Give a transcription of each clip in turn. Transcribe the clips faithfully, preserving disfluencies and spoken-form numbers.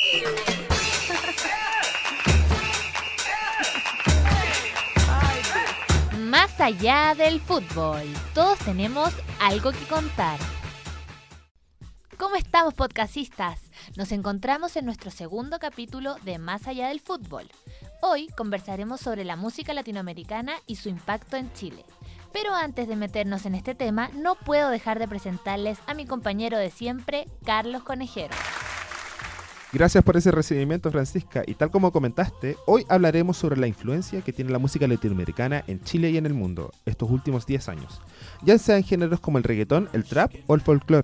Más allá del fútbol, todos tenemos algo que contar. ¿Cómo estamos, podcastistas? Nos encontramos en nuestro segundo capítulo de Más allá del fútbol. Hoy conversaremos sobre la música latinoamericana y su impacto en Chile. Pero antes de meternos en este tema, no puedo dejar de presentarles a mi compañero de siempre, Carlos Conejero. Gracias por ese recibimiento, Francisca. Y tal como comentaste, hoy hablaremos sobre la influencia que tiene la música latinoamericana en Chile y en el mundo estos últimos diez años, ya sea en géneros como el reggaetón, el trap o el folclore.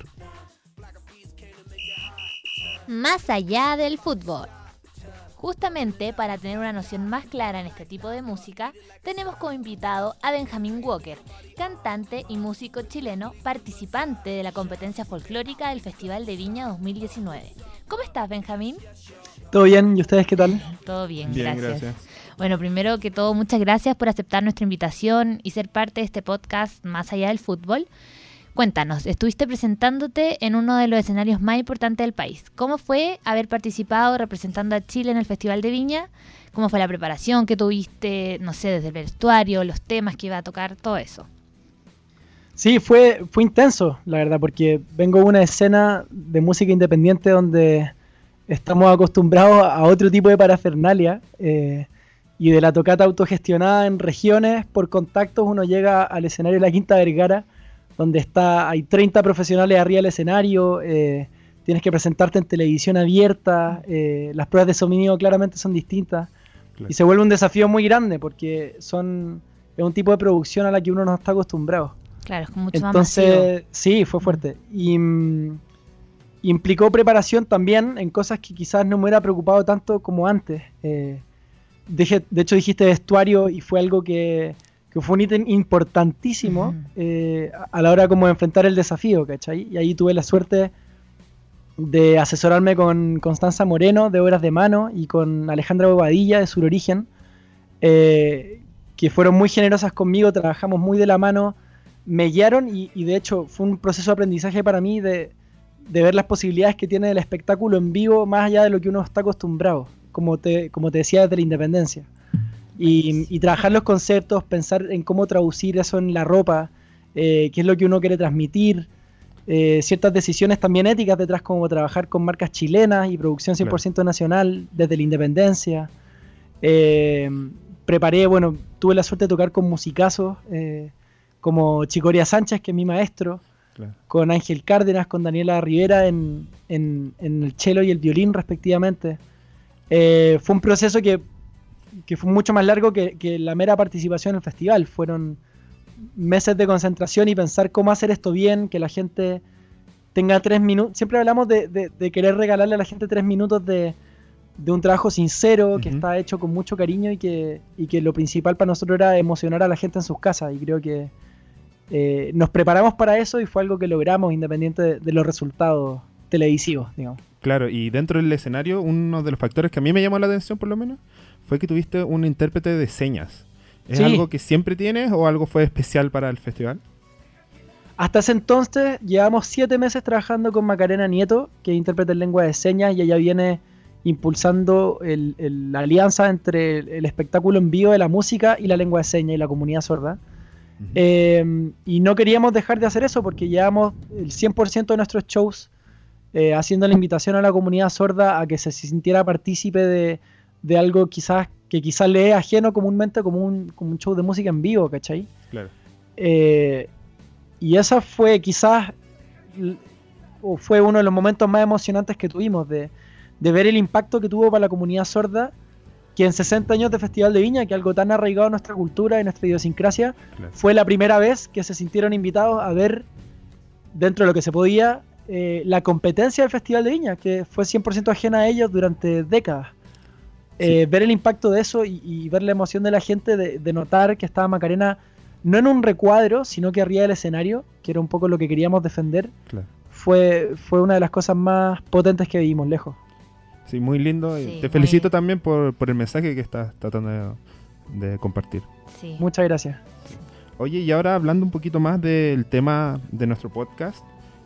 Más allá del fútbol. Justamente para tener una noción más clara en este tipo de música, tenemos como invitado a Benjamín Walker, cantante y músico chileno, participante de la competencia folclórica del Festival de Viña dos mil diecinueve. ¿Cómo estás, Benjamín? ¿Todo bien? ¿Y ustedes qué tal? Todo bien, Bien, gracias. gracias. Bueno, primero que todo, muchas gracias por aceptar nuestra invitación y ser parte de este podcast Más allá del fútbol. Cuéntanos, estuviste presentándote en uno de los escenarios más importantes del país. ¿Cómo fue haber participado representando a Chile en el Festival de Viña? ¿Cómo fue la preparación que tuviste, no sé, desde el vestuario, los temas que iba a tocar, todo eso? Sí, fue, fue intenso, la verdad, porque vengo de una escena de música independiente donde estamos acostumbrados a otro tipo de parafernalia eh, y de la tocata autogestionada en regiones, por contactos uno llega al escenario de la Quinta Vergara, donde está, hay treinta profesionales arriba del escenario, eh, tienes que presentarte en televisión abierta, eh, las pruebas de sonido claramente son distintas, claro. Y se vuelve un desafío muy grande porque son es un tipo de producción a la que uno no está acostumbrado. Claro, es mucho Entonces, más masivo. Sí, fue fuerte. Y mm, implicó preparación también en cosas que quizás no me hubiera preocupado tanto como antes. Eh, de, de hecho, dijiste vestuario y fue algo que... que fue un ítem importantísimo uh-huh. eh, a la hora como de enfrentar el desafío, ¿cachai? Y ahí tuve la suerte de asesorarme con Constanza Moreno, de Obras de Mano, y con Alejandra Bobadilla, de Sur Origen, eh, que fueron muy generosas conmigo, trabajamos muy de la mano, me guiaron, y, y de hecho fue un proceso de aprendizaje para mí de, de ver las posibilidades que tiene el espectáculo en vivo, más allá de lo que uno está acostumbrado, como te, como te decía, desde la independencia. Y, y trabajar los conceptos, pensar en cómo traducir eso en la ropa, eh, qué es lo que uno quiere transmitir, eh, ciertas decisiones también éticas detrás, como trabajar con marcas chilenas y producción cien por ciento claro. nacional desde la independencia. Eh, preparé, bueno, tuve la suerte de tocar con musicazos, eh, como Chicoria Sánchez, que es mi maestro, claro. con Ángel Cárdenas, con Daniela Rivera en, en, en el cello y el violín respectivamente. Eh, fue un proceso que que fue mucho más largo que, que la mera participación en el festival. Fueron meses de concentración y pensar cómo hacer esto bien, que la gente tenga tres minutos. Siempre hablamos de, de, de querer regalarle a la gente tres minutos de, de un trabajo sincero, uh-huh. que está hecho con mucho cariño y que, y que lo principal para nosotros era emocionar a la gente en sus casas. Y creo que eh, nos preparamos para eso y fue algo que logramos independiente de, de los resultados televisivos, digamos. Claro, y dentro del escenario, uno de los factores que a mí me llamó la atención, por lo menos, fue que tuviste un intérprete de señas. ¿Es sí. algo que siempre tienes o algo fue especial para el festival? Hasta ese entonces llevamos siete meses trabajando con Macarena Nieto, que es intérprete en lengua de señas, y ella viene impulsando el, el, la alianza entre el, el espectáculo en vivo de la música y la lengua de señas y la comunidad sorda. Uh-huh. Eh, y no queríamos dejar de hacer eso porque llevamos el cien por ciento de nuestros shows eh, haciendo la invitación a la comunidad sorda a que se sintiera partícipe de de algo quizás que quizás le es ajeno comúnmente como un, como un show de música en vivo, ¿cachai? Claro. Eh, y esa fue quizás o fue uno de los momentos más emocionantes que tuvimos de, de ver el impacto que tuvo para la comunidad sorda, que en sesenta años de Festival de Viña, que algo tan arraigado a nuestra cultura y nuestra idiosincrasia, claro. fue la primera vez que se sintieron invitados a ver, dentro de lo que se podía, eh, la competencia del Festival de Viña, que fue cien por ciento ajena a ellos durante décadas. Eh, sí. Ver el impacto de eso y, y ver la emoción de la gente de, de notar que estaba Macarena no en un recuadro, sino que arriba del escenario, que era un poco lo que queríamos defender, claro. fue, fue una de las cosas más potentes que vimos lejos. Sí, muy lindo. Sí, te felicito muy... también por, por el mensaje que estás tratando de, de compartir. Sí. Muchas gracias. Oye, y ahora hablando un poquito más del tema de nuestro podcast,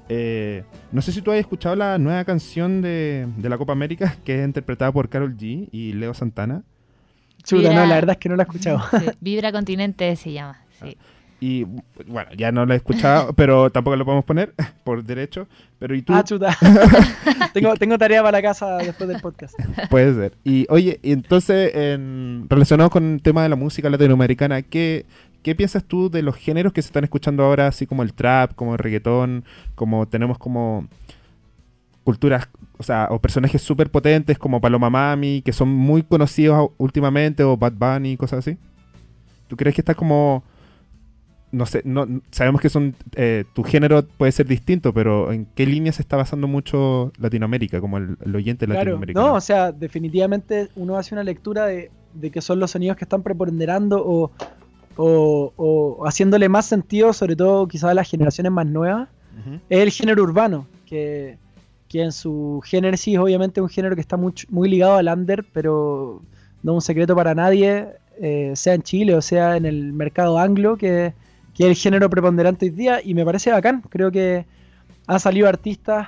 Eh, no sé si tú has escuchado la nueva canción de, de la Copa América, que es interpretada por Karol G y Leo Santana. Chuta, Vibra- no, la verdad es que no la he escuchado. Sí, Vibra Continente se llama. Sí. Y bueno, ya no la he escuchado, pero tampoco lo podemos poner por derecho. Pero ¿y tú? Ah, chuta. tengo, tengo tarea para la casa después del podcast. Puede ser. Y oye, y entonces, en, relacionado con el tema de la música latinoamericana, ¿qué, ¿qué piensas tú de los géneros que se están escuchando ahora, así como el trap, como el reggaetón, como tenemos como culturas, o sea, o personajes súper potentes como Paloma Mami, que son muy conocidos últimamente, o Bad Bunny, cosas así? ¿Tú crees que está como... No sé, no, sabemos que son eh, tu género puede ser distinto, pero ¿en qué línea se está basando mucho Latinoamérica, como el, el oyente Claro, latinoamericano? no, o sea, definitivamente uno hace una lectura de, de que son los sonidos que están preponderando o, o, o haciéndole más sentido, sobre todo quizás a las generaciones más nuevas, Uh-huh. es el género urbano, que, que en su génesis obviamente es un género que está mucho, muy ligado al under, pero no es un secreto para nadie, eh, sea en Chile o sea en el mercado anglo, que que es el género preponderante hoy día, y me parece bacán. Creo que han salido artistas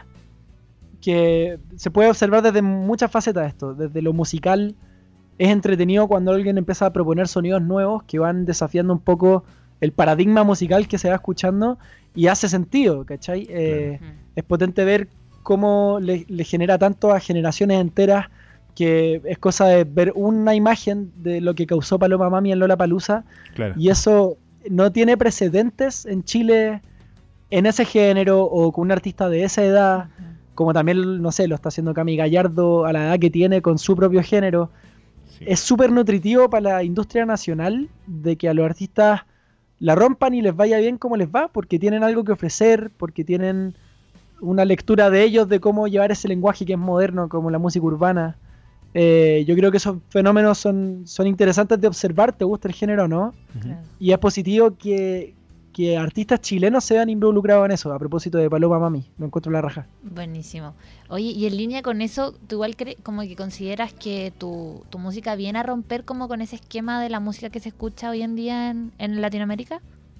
que se puede observar desde muchas facetas esto. Desde lo musical, es entretenido cuando alguien empieza a proponer sonidos nuevos que van desafiando un poco el paradigma musical que se va escuchando, y hace sentido, ¿cachai? Eh, Claro. Es potente ver cómo le, le genera tanto a generaciones enteras, que es cosa de ver una imagen de lo que causó Paloma Mami en Lollapalooza, Claro. y eso no tiene precedentes en Chile en ese género o con un artista de esa edad, como también, no sé, lo está haciendo Cami Gallardo a la edad que tiene con su propio género. Sí. Es súper nutritivo para la industria nacional de que a los artistas la rompan y les vaya bien como les va, porque tienen algo que ofrecer, porque tienen una lectura de ellos de cómo llevar ese lenguaje que es moderno, como la música urbana. Eh, yo creo que esos fenómenos son, son interesantes de observar, te gusta el género o no. Ujú. Claro. Y es positivo que, que artistas chilenos se vean involucrados en eso, a propósito de Paloma Mami. Lo encuentro la raja. Buenísimo. Oye, y en línea con eso, ¿tú igual cre- como que consideras que tu, tu música viene a romper como con ese esquema de la música que se escucha hoy en día en, en Latinoamérica?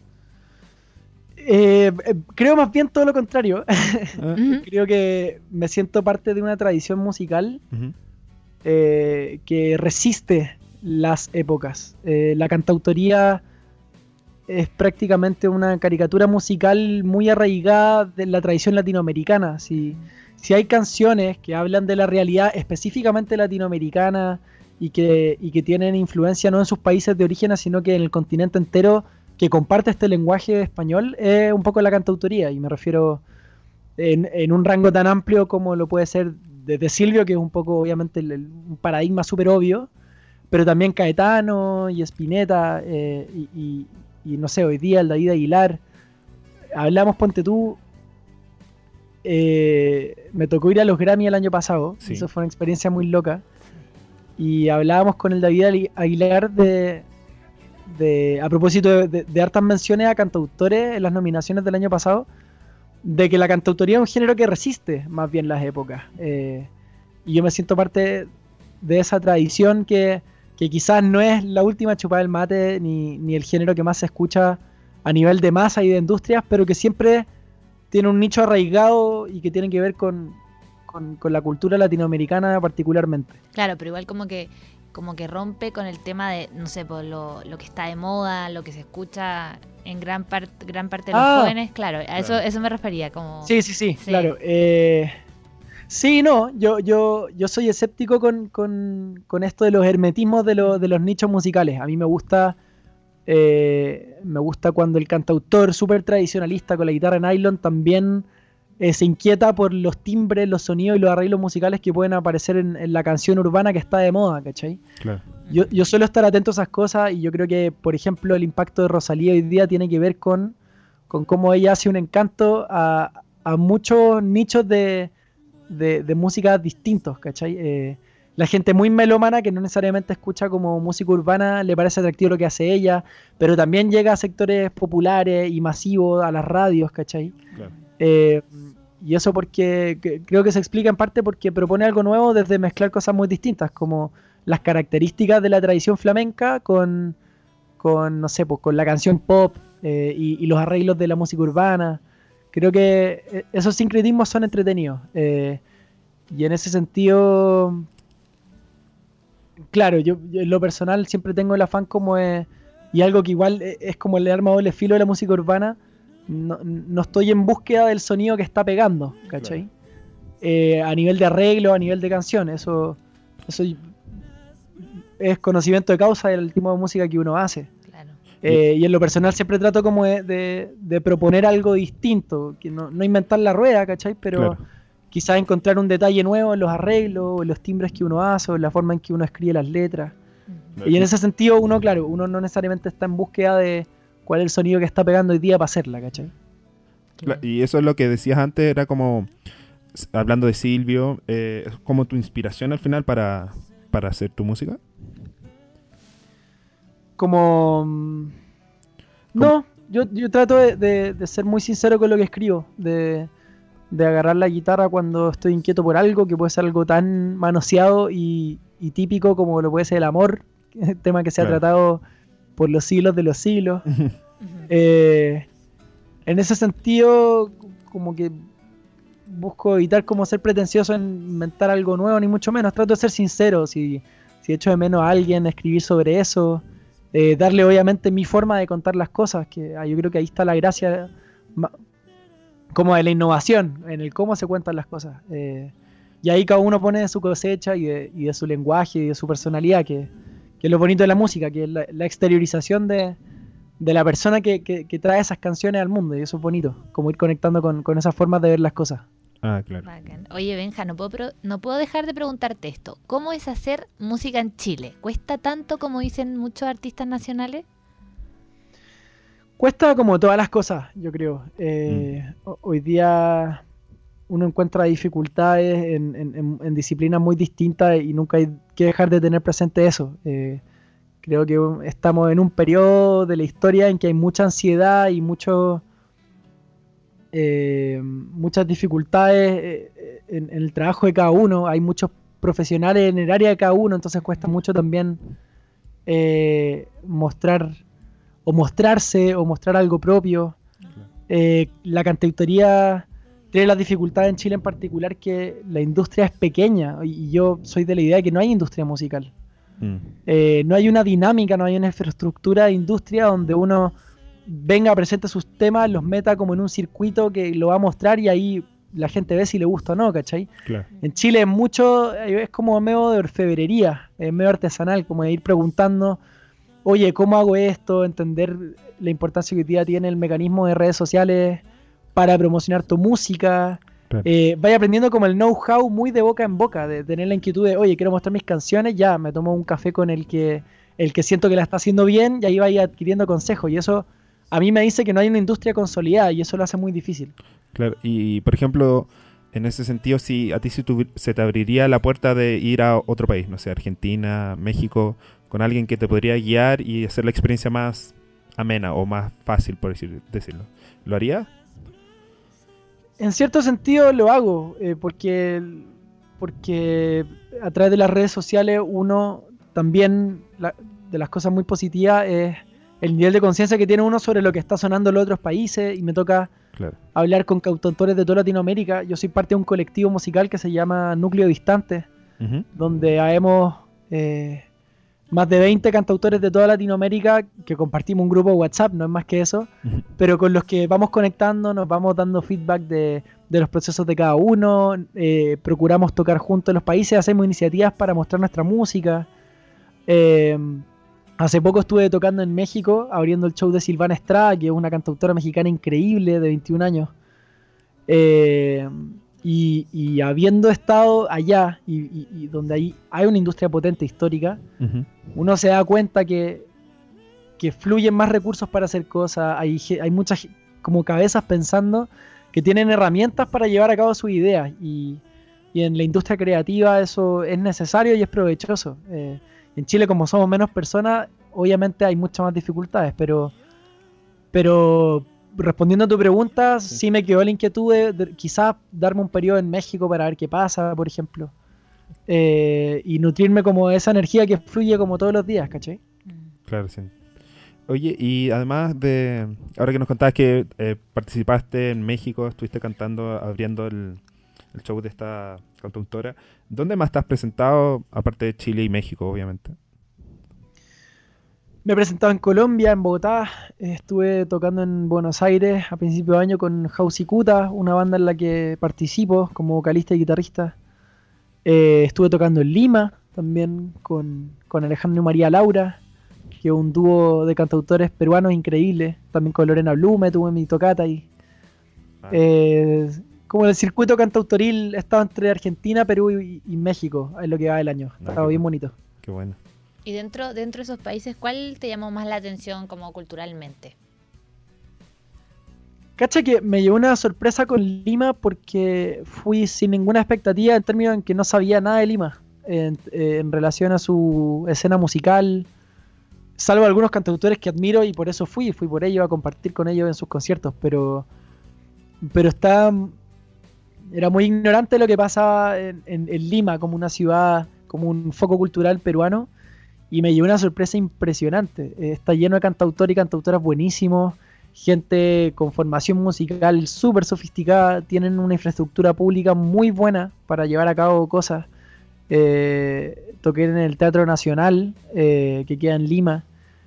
Eh, eh, creo más bien todo lo contrario. Ah, Ujú. Creo que me siento parte de una tradición musical ujú. eh, que resiste las épocas. Eh, la cantautoría es prácticamente una caricatura musical muy arraigada de la tradición latinoamericana. Si, si hay canciones que hablan de la realidad específicamente latinoamericana y que, y que tienen influencia no en sus países de origen, sino que en el continente entero que comparte este lenguaje español, es un poco la cantautoría. Y me refiero en, en un rango tan amplio como lo puede ser desde Silvio, que es un poco obviamente el, el- un paradigma súper obvio, pero también Caetano y Spinetta, eh, y, y- y no sé, hoy día el David Aguilar. Hablamos, ponte tú, eh, me tocó ir a los Grammy el año pasado, Sí. eso fue una experiencia muy loca, y hablábamos con el David Ali- Aguilar de, de a propósito de, de- de hartas menciones a cantautores en las nominaciones del año pasado, de que la cantautoría es un género que resiste más bien las épocas. Eh, y yo me siento parte de esa tradición que, que quizás no es la última chupada del mate, ni, ni el género que más se escucha a nivel de masa y de industrias, pero que siempre tiene un nicho arraigado y que tiene que ver con, con, con la cultura latinoamericana particularmente. Claro, pero igual como que como que rompe con el tema de, no sé, por lo, lo que está de moda, lo que se escucha en gran, par- gran parte de los Ah. jóvenes. Claro, a eso, Claro. eso me refería. Como... Sí, sí, sí, Sí. claro. Eh, sí, no, yo, yo, yo soy escéptico con, con, con esto de los hermetismos de, lo- de los nichos musicales. A mí me gusta, eh, me gusta cuando el cantautor súper tradicionalista con la guitarra en nylon también eh, se inquieta por los timbres, los sonidos y los arreglos musicales que pueden aparecer en, en la canción urbana que está de moda, ¿cachai? Claro. Yo, yo suelo estar atento a esas cosas, y yo creo que, por ejemplo, el impacto de Rosalía hoy día tiene que ver con, con cómo ella hace un encanto a, a muchos nichos de, de, de música distintos, ¿cachai? Eh, la gente muy melómana que no necesariamente escucha como música urbana le parece atractivo lo que hace ella, pero también llega a sectores populares y masivos, a las radios, ¿cachai? Claro. Eh, y eso porque que- creo que se explica en parte porque propone algo nuevo desde mezclar cosas muy distintas, como las características de la tradición flamenca con, con no sé, pues con la canción pop, eh, y, y los arreglos de la música urbana, creo que eh, esos sincretismos son entretenidos. Eh, y en ese sentido, claro, yo, yo en lo personal siempre tengo el afán como de, y algo que igual es, es como el arma doble filo de la música urbana, no, no estoy en búsqueda del sonido que está pegando, ¿cachai? Claro. Eh, a nivel de arreglo, a nivel de canción, eso, eso es conocimiento de causa del tipo de música que uno hace. Claro. Eh, y en lo personal siempre trato como de, de, de proponer algo distinto, que no, no inventar la rueda, ¿cachai? Pero claro, quizás encontrar un detalle nuevo en los arreglos, o en los timbres que uno hace, o en la forma en que uno escribe las letras. Uh-huh. Y en ese sentido uno, claro, uno no necesariamente está en búsqueda de cuál es el sonido que está pegando hoy día para hacerla, ¿cachai? Claro. Y eso es lo que decías antes, era como, hablando de Silvio, eh, como tu inspiración al final para, para hacer tu música. Como... No, yo, yo trato de, de, de ser muy sincero con lo que escribo, de, de agarrar la guitarra cuando estoy inquieto por algo, que puede ser algo tan manoseado y, y típico como lo puede ser el amor, tema que se claro. ha tratado por los siglos de los siglos. eh, en ese sentido, como que busco evitar como ser pretencioso en inventar algo nuevo, ni mucho menos. Trato de ser sincero, si, si echo de menos a alguien, escribir sobre eso. Eh, darle obviamente mi forma de contar las cosas, que ah, yo creo que ahí está la gracia ma, como de la innovación, en el cómo se cuentan las cosas. Eh, y ahí cada uno pone de su cosecha y de, y de su lenguaje y de su personalidad, que, que es lo bonito de la música, que es la, la exteriorización de, de la persona que, que, que trae esas canciones al mundo, y eso es bonito, como ir conectando con, con esas formas de ver las cosas. Ah, claro. Bacán. Oye, Benja, no puedo, pro- no puedo dejar de preguntarte esto. ¿Cómo es hacer música en Chile? ¿Cuesta tanto como dicen muchos artistas nacionales? Cuesta como todas las cosas, yo creo. Eh, mm. Hoy día uno encuentra dificultades en, en, en, en disciplinas muy distintas y nunca hay que dejar de tener presente eso. Eh, creo que estamos en un periodo de la historia en que hay mucha ansiedad y mucho... Eh, muchas dificultades eh, en, en el trabajo de cada uno, hay muchos profesionales en el área de cada uno, entonces cuesta mucho también eh, mostrar o mostrarse o mostrar algo propio. Eh, la cantautoría tiene las dificultades en Chile en particular, que la industria es pequeña, y yo soy de la idea de que no hay industria musical. Mm. Eh, no hay una dinámica, no hay una infraestructura de industria donde uno venga, presente sus temas, los meta como en un circuito que lo va a mostrar y ahí la gente ve si le gusta o no, ¿cachai? Claro. En Chile es mucho, es como medio de orfebrería, es medio artesanal, como de ir preguntando, oye, ¿cómo hago esto? Entender la importancia que hoy día tiene el mecanismo de redes sociales para promocionar tu música. Claro. Eh, vaya aprendiendo como el know-how muy de boca en boca, de tener la inquietud de, oye, quiero mostrar mis canciones, ya, me tomo un café con el que, el que siento que la está haciendo bien, y ahí vaya adquiriendo consejos, y eso... A mí me dice que no hay una industria consolidada y eso lo hace muy difícil. Claro, y por ejemplo, en ese sentido, si a ti si tu, se te abriría la puerta de ir a otro país, no sé, Argentina, México, con alguien que te podría guiar y hacer la experiencia más amena o más fácil, por decir, decirlo, ¿lo haría? En cierto sentido lo hago, eh, porque, porque a través de las redes sociales uno también, la, de las cosas muy positivas es... el nivel de conciencia que tiene uno sobre lo que está sonando en los otros países, y me toca claro. hablar con cantautores de toda Latinoamérica. Yo soy parte de un colectivo musical que se llama Núcleo Distante, uh-huh. donde habemos eh, más de veinte cantautores de toda Latinoamérica que compartimos un grupo de WhatsApp, no es más que eso, uh-huh. pero con los que vamos conectando, nos vamos dando feedback de, de los procesos de cada uno, eh, procuramos tocar juntos en los países, hacemos iniciativas para mostrar nuestra música. Eh, Hace poco estuve tocando en México, abriendo el show de Silvana Estrada, que es una cantautora mexicana increíble de veintiún años. Eh, y, y habiendo estado allá, y, y, y donde hay, hay una industria potente histórica, uh-huh. uno se da cuenta que, que fluyen más recursos para hacer cosas, hay, hay muchas como cabezas pensando que tienen herramientas para llevar a cabo sus ideas. Y, y en la industria creativa eso es necesario y es provechoso. Eh, En Chile, como somos menos personas, obviamente hay muchas más dificultades, pero pero respondiendo a tu pregunta, sí, sí me quedó la inquietud de, de quizás darme un periodo en México para ver qué pasa, por ejemplo, eh, y nutrirme como de esa energía que fluye como todos los días, ¿cachai? Claro, sí. Oye, y además de, ahora que nos contabas que eh, participaste en México, estuviste cantando, abriendo el, el show de esta cantautora, ¿dónde más te has presentado, aparte de Chile y México, obviamente? Me he presentado en Colombia, en Bogotá, estuve tocando en Buenos Aires a principio de año con Hausicuta, una banda en la que participo como vocalista y guitarrista. Eh, estuve tocando en Lima también con, con Alejandro y María Laura, que es un dúo de cantautores peruanos increíble. También con Lorena Blume tuve mi tocata y ah. eh, como el circuito cantautoril estaba entre Argentina, Perú y, y México, es lo que va del año. Ha estado ah, bien bonito. Qué bueno. Y dentro, dentro de esos países, ¿cuál te llamó más la atención como culturalmente? Cacha que me llevó una sorpresa con Lima porque fui sin ninguna expectativa en términos en que no sabía nada de Lima en, en relación a su escena musical, salvo algunos cantautores que admiro y por eso fui, fui por ellos a compartir con ellos en sus conciertos, pero pero está era muy ignorante de lo que pasaba en, en, en Lima como una ciudad, como un foco cultural peruano. Y me llevó una sorpresa impresionante. Eh, está lleno de cantautores y cantautoras buenísimos, gente con formación musical súper sofisticada, tienen una infraestructura pública muy buena para llevar a cabo cosas. Eh, toqué en el Teatro Nacional, eh, que queda en Lima,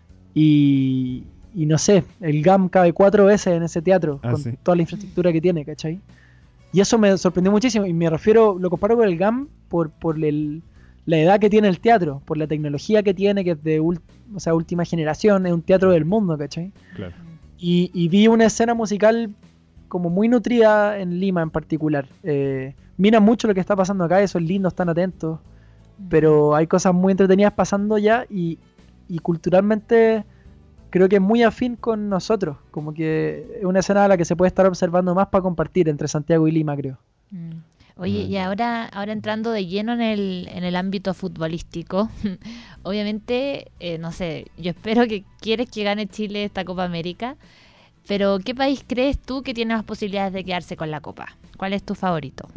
y, y no sé, el G A M cabe cuatro veces en ese teatro, ah, con sí. toda la infraestructura que tiene, ¿cachai? Y eso me sorprendió muchísimo, y me refiero, lo comparo con el G A M por, por el... la edad que tiene el teatro, por la tecnología que tiene, que es de ult- o sea, última generación, es un teatro del mundo, ¿cachai? Claro. Y, y vi una escena musical como muy nutrida en Lima en particular. Eh, miran mucho lo que está pasando acá, eso es lindo, están atentos, pero hay cosas muy entretenidas pasando ya y, y culturalmente creo que es muy afín con nosotros, como que es una escena a la que se puede estar observando más para compartir entre Santiago y Lima, creo. Mm. Oye, y ahora, ahora entrando de lleno en el, en el ámbito futbolístico, obviamente, eh, no sé, yo espero que quieres que gane Chile esta Copa América, pero ¿qué país crees tú que tiene más posibilidades de quedarse con la Copa? ¿Cuál es tu favorito?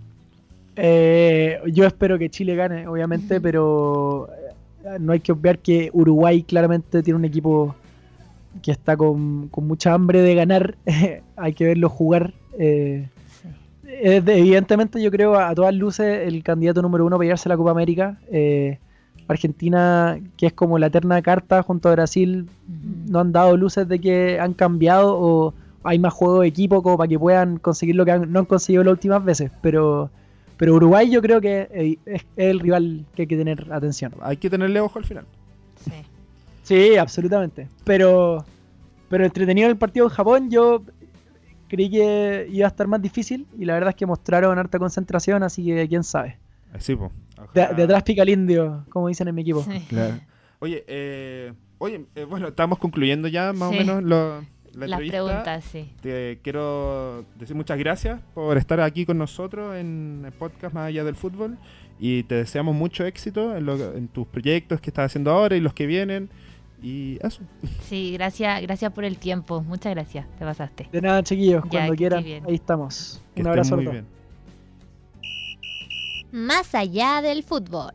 Eh, yo espero que Chile gane, obviamente, uh-huh. pero no hay que obviar que Uruguay claramente tiene un equipo que está con, con mucha hambre de ganar, hay que verlo jugar. Eh, Evidentemente yo creo a todas luces el candidato número uno para llevarse la Copa América. eh, Argentina, que es como la eterna carta junto a Brasil, uh-huh. no han dado luces de que han cambiado o hay más juego de equipo como para que puedan conseguir lo que han, no han conseguido las últimas veces, pero pero Uruguay yo creo que es, es el rival que hay que tener atención. Hay que tenerle ojo al final. Sí, sí, absolutamente, pero pero entretenido el partido en Japón. Yo creí que iba a estar más difícil y la verdad es que mostraron harta concentración, así que quién sabe. Sí, po. De, de atrás pica el indio, como dicen en mi equipo. Sí. Claro. Oye, eh, oye eh, bueno, estamos concluyendo ya más sí. o menos lo, la Las entrevista. preguntas, sí. Te quiero decir muchas gracias por estar aquí con nosotros en el podcast Más Allá del Fútbol y te deseamos mucho éxito en, lo, en tus proyectos que estás haciendo ahora y los que vienen. Y eso. Sí, gracias, gracias por el tiempo. Muchas gracias, te pasaste. De nada, chiquillos, ya, cuando quieran, ahí estamos. Que un abrazo muy a todos. Bien. Más allá del fútbol.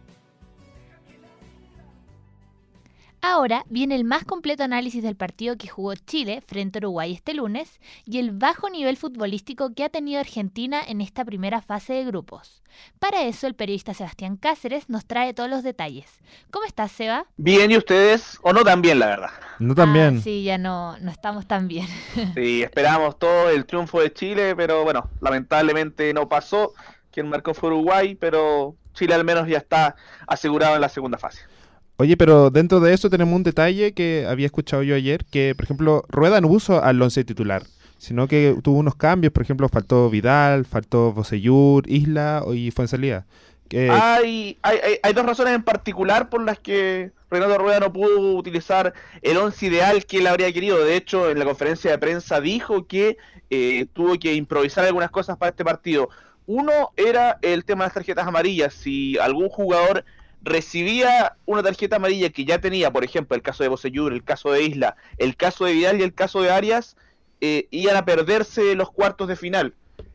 Ahora viene el más completo análisis del partido que jugó Chile frente a Uruguay este lunes y el bajo nivel futbolístico que ha tenido Argentina en esta primera fase de grupos. Para eso el periodista Sebastián Cáceres nos trae todos los detalles. ¿Cómo estás, Seba? Bien, ¿y ustedes? ¿O no tan bien, la verdad? No tan bien. Ah, sí, ya no, no estamos tan bien. Sí, esperamos todo el triunfo de Chile, pero bueno, lamentablemente no pasó. Quien marcó fue Uruguay, pero Chile al menos ya está asegurado en la segunda fase. Oye, pero dentro de eso tenemos un detalle que había escuchado yo ayer, que por ejemplo Rueda no puso al once titular, sino que tuvo unos cambios. Por ejemplo, faltó Vidal, faltó Bocellur, Isla y Fuenzalía. Que... Hay, hay, hay, hay dos razones en particular por las que Renato Rueda no pudo utilizar el once ideal que él habría querido. De hecho, en la conferencia de prensa dijo que eh, tuvo que improvisar algunas cosas para este partido. Uno era el tema de las tarjetas amarillas. Si algún jugador recibía una tarjeta amarilla que ya tenía, por ejemplo, el caso de Bocellur, el caso de Isla, el caso de Vidal y el caso de Arias, eh, iban a perderse los cuartos de final.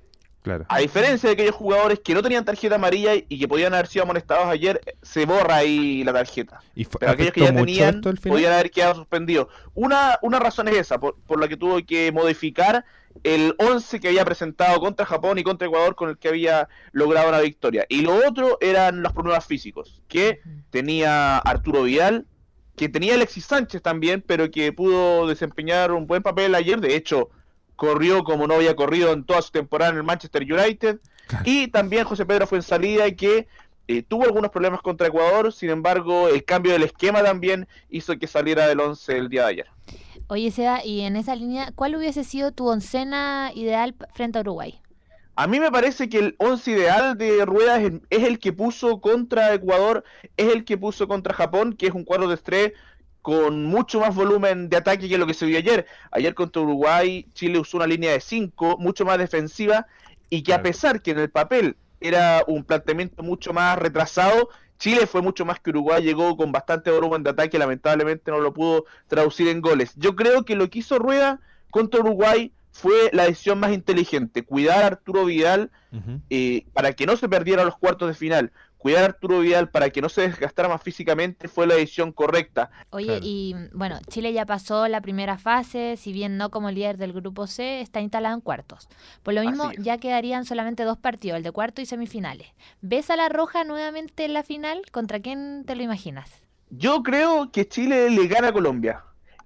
Claro. A diferencia de aquellos jugadores que no tenían tarjeta amarilla y que podían haber sido amonestados ayer, se borra ahí la tarjeta. ¿Y fue- Pero aquellos que afectó ya mucho tenían esto al final? podían haber quedado suspendidos. Una, una razón es esa, por, por la que tuvo que modificar el once que había presentado contra Japón y contra Ecuador, con el que había logrado una victoria. Y lo otro eran los problemas físicos, que tenía Arturo Vidal, que tenía Alexis Sánchez también, pero que pudo desempeñar un buen papel ayer. De hecho, corrió como no había corrido en toda su temporada en el Manchester United. Claro. Y también José Pedro Fuenzalida, que eh, tuvo algunos problemas contra Ecuador. Sin embargo, el cambio del esquema también hizo que saliera del once el día de ayer. Oye, Seba, y en esa línea, ¿cuál hubiese sido tu oncena ideal p- frente a Uruguay? A mí me parece que el once ideal de Rueda es el, es el que puso contra Ecuador, es el que puso contra Japón, que es un cuatro tres tres con mucho más volumen de ataque que lo que se vio ayer. Ayer contra Uruguay, Chile usó una línea de cinco, mucho más defensiva, y que Claro. a pesar que en el papel era un planteamiento mucho más retrasado, Chile fue mucho más que Uruguay, llegó con bastante volumen de ataque, lamentablemente no lo pudo traducir en goles. Yo creo que lo que hizo Rueda contra Uruguay fue la decisión más inteligente, cuidar a Arturo Vidal Ujú. eh, para que no se perdiera los cuartos de final, cuidar a Arturo Vidal para que no se desgastara más físicamente, fue la decisión correcta. Oye, Claro. y bueno, Chile ya pasó la primera fase, si bien no como líder del grupo C, está instalado en cuartos. Por lo mismo, Así es. ya quedarían solamente dos partidos, el de cuarto y semifinales. ¿Ves a la Roja nuevamente en la final? ¿Contra quién te lo imaginas? Yo creo que Chile le gana a Colombia.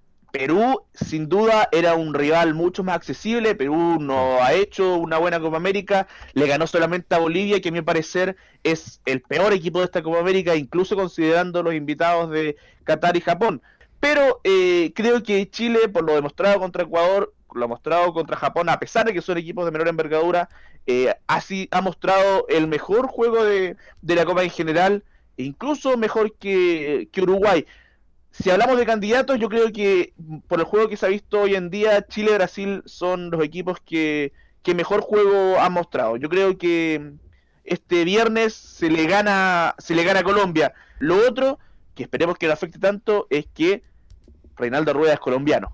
Perú, sin duda, era un rival mucho más accesible. Perú no ha hecho una buena Copa América. Le ganó solamente a Bolivia, que a mi parecer es el peor equipo de esta Copa América, incluso considerando los invitados de Qatar y Japón. Pero eh, creo que Chile, por lo demostrado contra Ecuador, lo mostrado contra Japón, a pesar de que son equipos de menor envergadura, eh, así ha mostrado el mejor juego de, de la Copa en general, e incluso mejor que, que Uruguay. Si hablamos de candidatos, yo creo que por el juego que se ha visto hoy en día, Chile y Brasil son los equipos que, que mejor juego han mostrado. Yo creo que este viernes se le gana, se le gana a Colombia. Lo otro, que esperemos que no afecte tanto, es que Reinaldo Rueda es colombiano.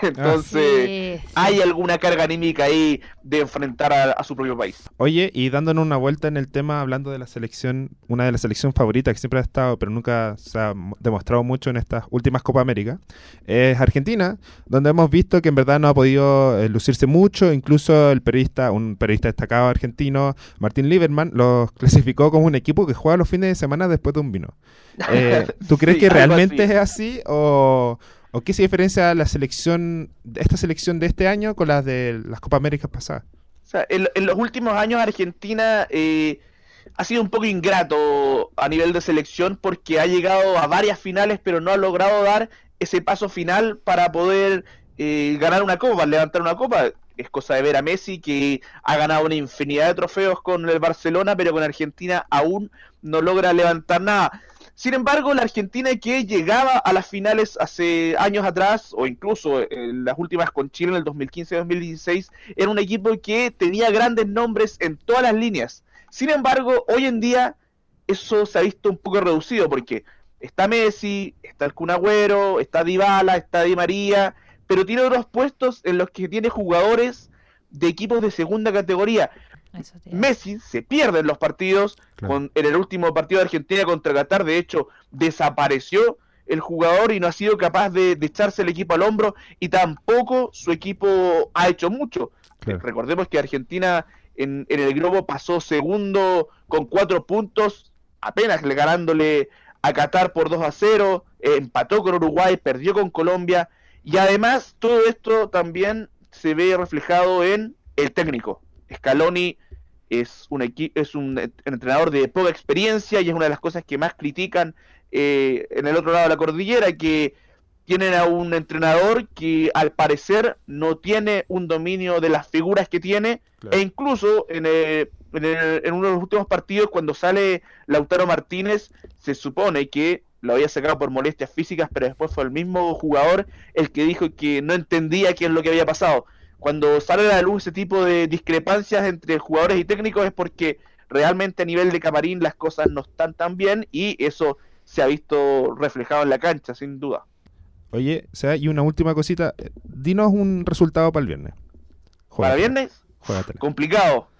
Entonces, Sí, sí. hay alguna carga anímica ahí de enfrentar a, a su propio país. Oye, y dándonos una vuelta en el tema, hablando de la selección, una de las selecciones favoritas que siempre ha estado, pero nunca se ha mo- demostrado mucho en estas últimas Copa América, es Argentina, donde hemos visto que en verdad no ha podido eh, lucirse mucho. Incluso el periodista, un periodista destacado argentino, Martín Lieberman, los clasificó como un equipo que juega los fines de semana después de un vino. Eh, ¿Tú crees Sí, que algo realmente así. es así o, o qué se diferencia la selección, esta selección de este año con las de las Copa Américas pasadas? O sea, en, en los últimos años Argentina eh, ha sido un poco ingrato a nivel de selección porque ha llegado a varias finales pero no ha logrado dar ese paso final para poder eh, ganar una copa, levantar una copa. Es cosa de ver a Messi, que ha ganado una infinidad de trofeos con el Barcelona, pero con Argentina aún no logra levantar nada. Sin embargo, la Argentina que llegaba a las finales hace años atrás, o incluso en las últimas con Chile en el dos mil quince dos mil dieciséis, era un equipo que tenía grandes nombres en todas las líneas. Sin embargo, hoy en día eso se ha visto un poco reducido, porque está Messi, está el Kun Agüero, está Dybala, está Di María, pero tiene otros puestos en los que tiene jugadores de equipos de segunda categoría. Eso te- Messi se pierde en los partidos. Claro. Con, en el último partido de Argentina contra Qatar, de hecho, desapareció el jugador y no ha sido capaz de, de echarse el equipo al hombro, y tampoco su equipo ha hecho mucho. Claro. Recordemos que Argentina en, en el grupo pasó segundo con cuatro puntos, apenas le ganándole a Qatar por dos a cero, eh, empató con Uruguay, perdió con Colombia, y además todo esto también se ve reflejado en el técnico. Scaloni es un, equi- es un et- entrenador de poca experiencia, y es una de las cosas que más critican eh, en el otro lado de la cordillera, que tienen a un entrenador que al parecer no tiene un dominio de las figuras que tiene. Claro. E incluso en, el- en, el- en uno de los últimos partidos, cuando sale Lautaro Martínez, se supone que lo había sacado por molestias físicas, pero después fue el mismo jugador el que dijo que no entendía qué es lo que había pasado. Cuando sale a la luz ese tipo de discrepancias entre jugadores y técnicos es porque realmente a nivel de camarín las cosas no están tan bien, y eso se ha visto reflejado en la cancha, sin duda. Oye, o sea, y una última cosita, eh, dinos un resultado para el viernes. Para Juégatela, viernes, juégatela. complicado,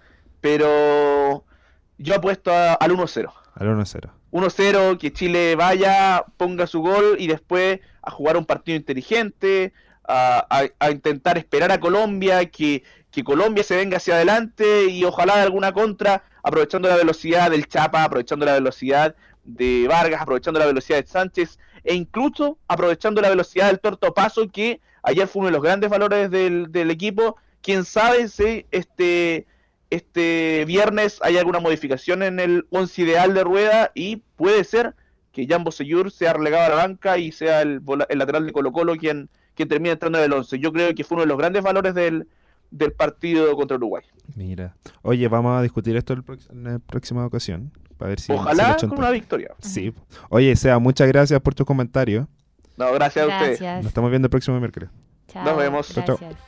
pero yo apuesto a, al uno cero. Al uno cero. uno cero, que Chile vaya, ponga su gol y después a jugar un partido inteligente, a, a, a intentar esperar a Colombia, que, que Colombia se venga hacia adelante y ojalá de alguna contra, aprovechando la velocidad del Chapa, aprovechando la velocidad de Vargas, aprovechando la velocidad de Sánchez e incluso aprovechando la velocidad del Torto Paso, que ayer fue uno de los grandes valores del, del equipo. Quién sabe si este... Este viernes hay alguna modificación en el once ideal de Rueda y puede ser que Jambo Seyur sea relegado a la banca y sea el, el lateral de Colo Colo quien, quien termine entrando en el once. Yo creo que fue uno de los grandes valores del, del partido contra Uruguay. Mira, oye, vamos a discutir esto el prox- en la próxima ocasión. Para ver si, Ojalá si con una victoria. Sí. Oye, Sea, muchas gracias por tus comentarios. No, gracias, Gracias. a ustedes. Nos estamos viendo el próximo miércoles. Chao, Nos vemos. Chao, chao. gracias.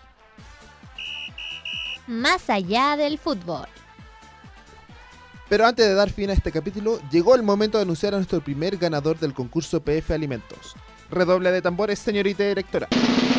Más allá del fútbol. Pero antes de dar fin a este capítulo, llegó el momento de anunciar a nuestro primer ganador del concurso P F Alimentos. Redoble de tambores, señorita directora.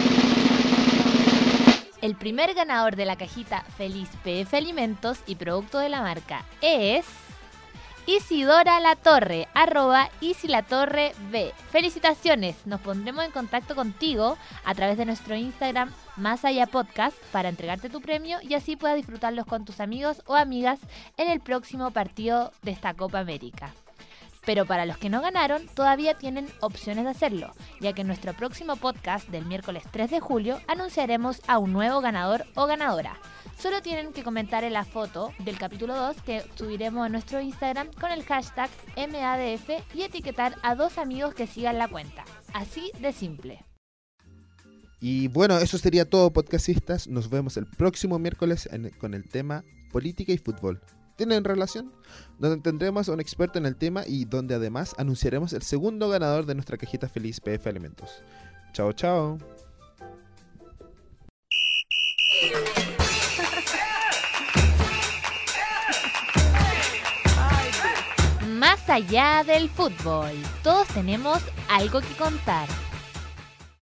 El primer ganador de la cajita Feliz P F Alimentos y producto de la marca es Isidora Latorre, arroba Isilatorre B. Felicitaciones, nos pondremos en contacto contigo a través de nuestro Instagram Más Allá Podcast para entregarte tu premio y así puedas disfrutarlos con tus amigos o amigas en el próximo partido de esta Copa América. Pero para los que no ganaron, todavía tienen opciones de hacerlo, ya que en nuestro próximo podcast del miércoles tres de julio anunciaremos a un nuevo ganador o ganadora. Solo tienen que comentar en la foto del capítulo dos que subiremos en nuestro Instagram con el hashtag M A D F y etiquetar a dos amigos que sigan la cuenta. Así de simple. Y bueno, eso sería todo, podcastistas. Nos vemos el próximo miércoles en- con el tema política y fútbol. ¿Tienen relación? Donde tendremos a un experto en el tema y donde además anunciaremos el segundo ganador de nuestra cajita feliz P F Alimentos. Chao, chao. Más allá del fútbol, todos tenemos algo que contar.